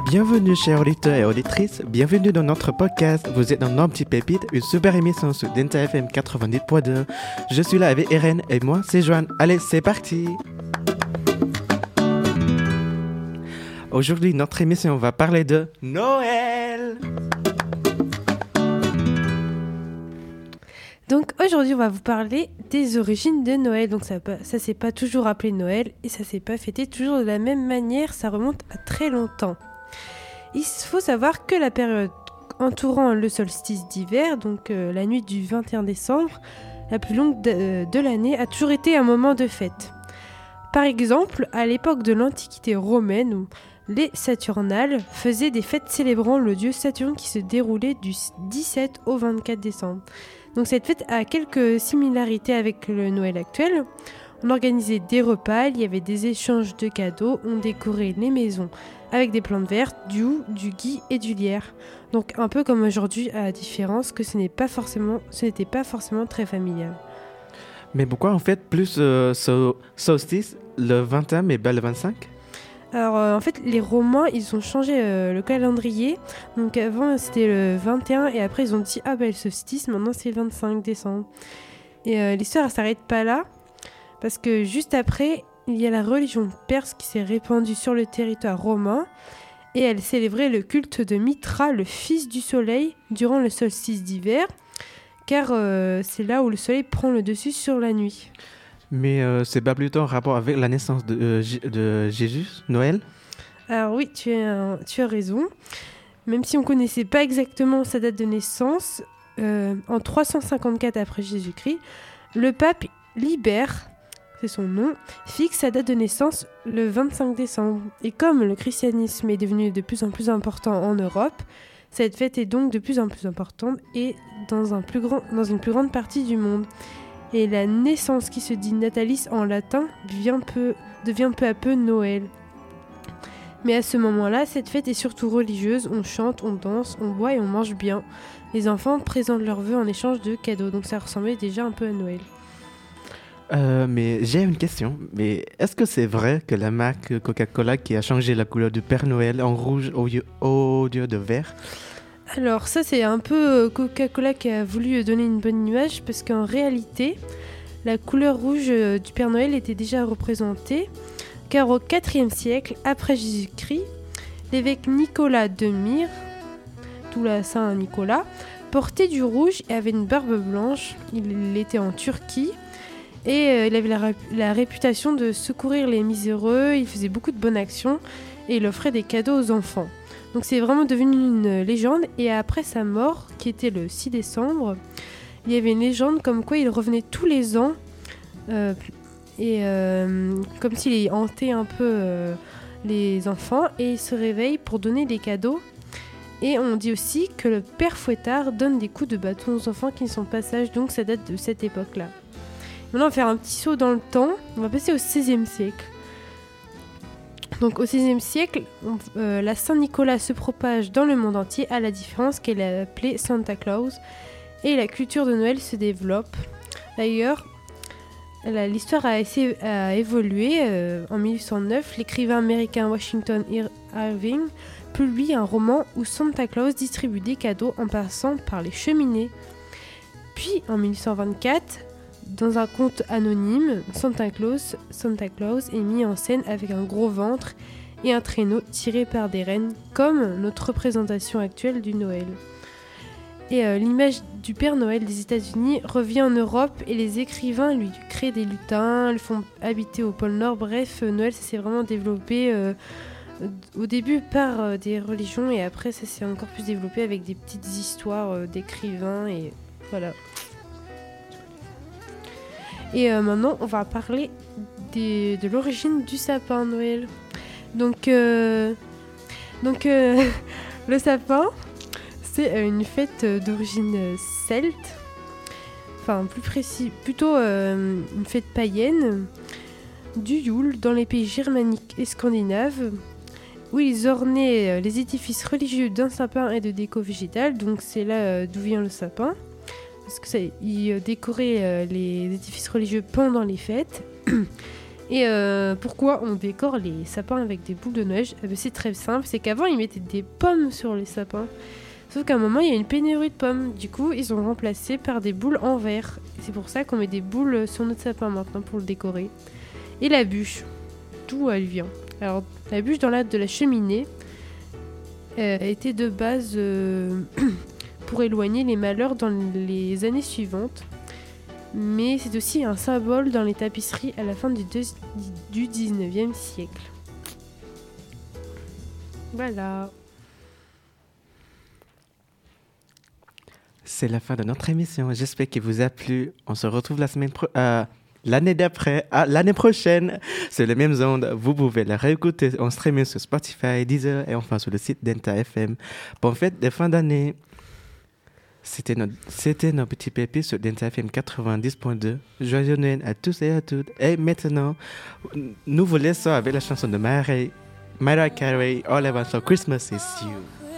Bienvenue chers auditeurs et auditrices, bienvenue dans notre podcast. Vous êtes dans Nos Petites Pépites, une super émission sur Denta FM 90.2. Je suis là avec Eren et moi c'est Joanne. Allez, c'est parti. Aujourd'hui, notre émission va parler de Noël. Donc aujourd'hui, on va vous parler des origines de Noël. Donc ça s'est pas toujours appelé Noël et ça s'est pas fêté toujours de la même manière. Ça remonte à très longtemps. Il faut savoir que la période entourant le solstice d'hiver, donc la nuit du 21 décembre, la plus longue de l'année, a toujours été un moment de fête. Par exemple, à l'époque de l'Antiquité romaine, où les Saturnales faisaient des fêtes célébrant le dieu Saturne qui se déroulaient du 17 au 24 décembre. Donc cette fête a quelques similarités avec le Noël actuel. On organisait des repas, il y avait des échanges de cadeaux, on décorait les maisons avec des plantes vertes, du hou, du gui et du lierre. Donc un peu comme aujourd'hui, à la différence que ce n'était pas forcément très familial. Mais pourquoi en fait plus solstice le 21 mais pas le 25 ? Alors en fait les Romains ils ont changé le calendrier, donc avant c'était le 21 et après ils ont dit le solstice maintenant c'est le 25 décembre. Et l'histoire elle s'arrête pas là parce que juste après il y a la religion perse qui s'est répandue sur le territoire romain et elle célébrait le culte de Mitra, le fils du soleil, durant le solstice d'hiver car c'est là où le soleil prend le dessus sur la nuit. Mais c'est pas plutôt en rapport avec la naissance de Jésus, Noël ? Alors oui, tu as raison. Même si on ne connaissait pas exactement sa date de naissance, en 354 après Jésus-Christ, le pape Libère, c'est son nom, fixe sa date de naissance le 25 décembre. Et comme le christianisme est devenu de plus en plus important en Europe, cette fête est donc de plus en plus importante et dans une plus grande partie du monde. Et la naissance qui se dit natalis en latin devient peu à peu Noël. Mais à ce moment-là, cette fête est surtout religieuse, on chante, on danse, on boit et on mange bien. Les enfants présentent leurs vœux en échange de cadeaux, donc ça ressemblait déjà un peu à Noël. Mais j'ai une question, mais est-ce que c'est vrai que la marque Coca-Cola qui a changé la couleur du Père Noël en rouge au lieu de vert ? Alors ça c'est un peu Coca-Cola qui a voulu donner une bonne image parce qu'en réalité la couleur rouge du Père Noël était déjà représentée car au IVe siècle après Jésus-Christ, l'évêque Nicolas de Myre, d'où la Saint-Nicolas, portait du rouge et avait une barbe blanche. Il était en Turquie et il avait la réputation de secourir les miséreux, il faisait beaucoup de bonnes actions et il offrait des cadeaux aux enfants. Donc c'est vraiment devenu une légende et après sa mort, qui était le 6 décembre, il y avait une légende comme quoi il revenait tous les ans comme s'il hantait un peu les enfants et il se réveille pour donner des cadeaux. Et on dit aussi que le père Fouettard donne des coups de bâton aux enfants qui sont pas sages, donc ça date de cette époque-là. Maintenant on va faire un petit saut dans le temps, on va passer au XVIe siècle. Donc au XVIe siècle, la Saint-Nicolas se propage dans le monde entier à la différence qu'elle est appelée Santa Claus et la culture de Noël se développe. D'ailleurs, l'histoire a évolué. En 1809, l'écrivain américain Washington Irving publie un roman où Santa Claus distribue des cadeaux en passant par les cheminées. Puis en 1824, dans un conte anonyme, Santa Claus est mis en scène avec un gros ventre et un traîneau tiré par des rennes, comme notre représentation actuelle du Noël. Et l'image du Père Noël des États-Unis revient en Europe et les écrivains lui créent des lutins, le font habiter au pôle Nord. Bref, Noël ça s'est vraiment développé au début par des religions et après ça s'est encore plus développé avec des petites histoires d'écrivains et voilà. Et maintenant, on va parler de l'origine du sapin Noël. Donc, le sapin, c'est une fête d'origine celte. Enfin, plus précis, plutôt une fête païenne du Yule dans les pays germaniques et scandinaves, où ils ornaient les édifices religieux d'un sapin et de déco végétale. Donc, c'est là d'où vient le sapin. Parce qu'ils décoraient les édifices religieux pendant les fêtes. Et pourquoi on décore les sapins avec des boules de neige ? C'est très simple, c'est qu'avant ils mettaient des pommes sur les sapins. Sauf qu'à un moment il y a une pénurie de pommes. Du coup ils ont remplacé par des boules en verre. Et c'est pour ça qu'on met des boules sur notre sapin maintenant pour le décorer. Et la bûche, d'où elle vient ? Alors la bûche dans de la cheminée était de base pour éloigner les malheurs dans les années suivantes. Mais c'est aussi un symbole dans les tapisseries à la fin du 19e siècle. Voilà. C'est la fin de notre émission. J'espère qu'il vous a plu. On se retrouve l'année d'après, l'année prochaine, sur les mêmes ondes. Vous pouvez la réécouter en streaming sur Spotify, Deezer et enfin sur le site d'Enta FM. Bonne fête de fin d'année. C'était nos petits pépis sur Denta FM 90.2. Joyeux Noël à tous et à toutes. Et maintenant, nous vous laissons avec la chanson de Mariah Carey, All I Want for Christmas is You.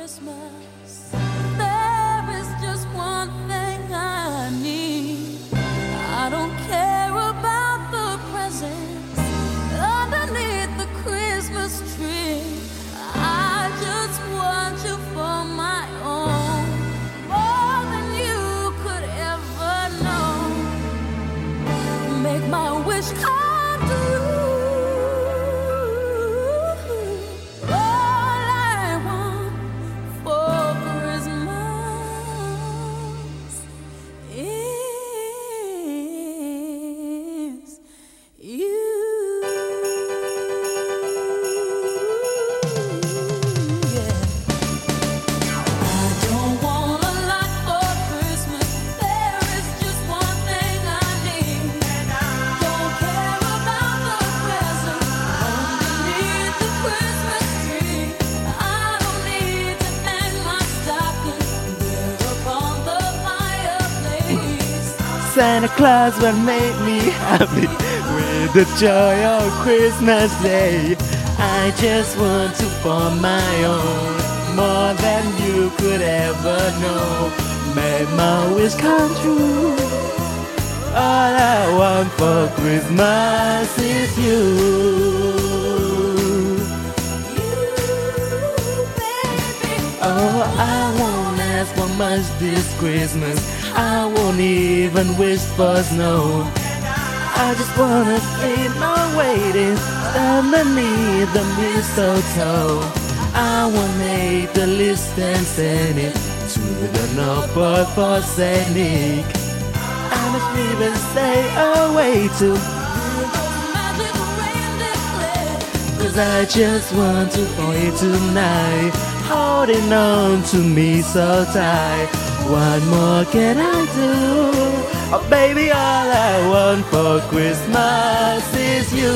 Santa Claus will make me happy with the joy of Christmas Day. I just want to form my own, more than you could ever know. Make my wish come true. All I want for Christmas is you. Oh, I won't ask for much this Christmas. I won't even wish for snow. I just wanna sleep my waiting underneath the mistletoe. I will make the list and send it to the North Pole for Saint Nick. I must even stay away too, 'cause I just want to hold you tonight, holding on to me so tight. What more can I do? Oh baby, all I want for Christmas is you.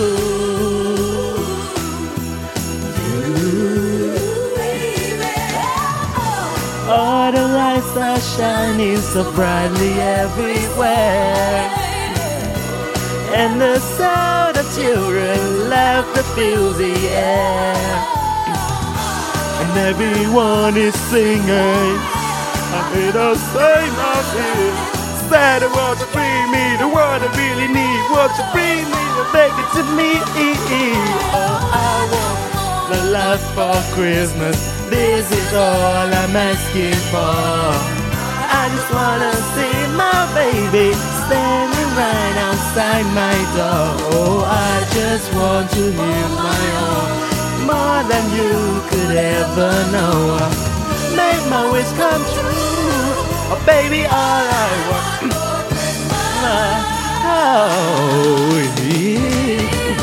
You, baby. All the lights are shining so brightly everywhere, and the sound of children laughter fills the air, and everyone is singing. I hear the same out here. Santa wants to bring me the one I really need. Wants to bring me the baby to me. Oh, I want the love for Christmas. This is all I'm asking for. I just wanna see my baby standing right outside my door. Oh, I just want to hear my own, more than you could ever know. Make my wish come true. Oh baby, all I want. Oh, yeah.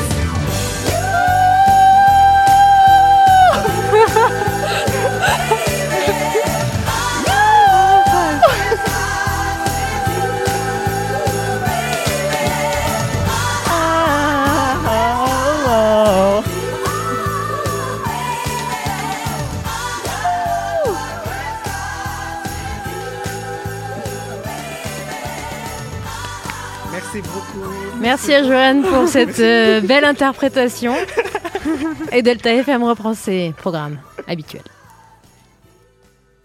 Merci beaucoup. Merci à Joanne pour cette belle interprétation. Et Delta FM reprend ses programmes habituels.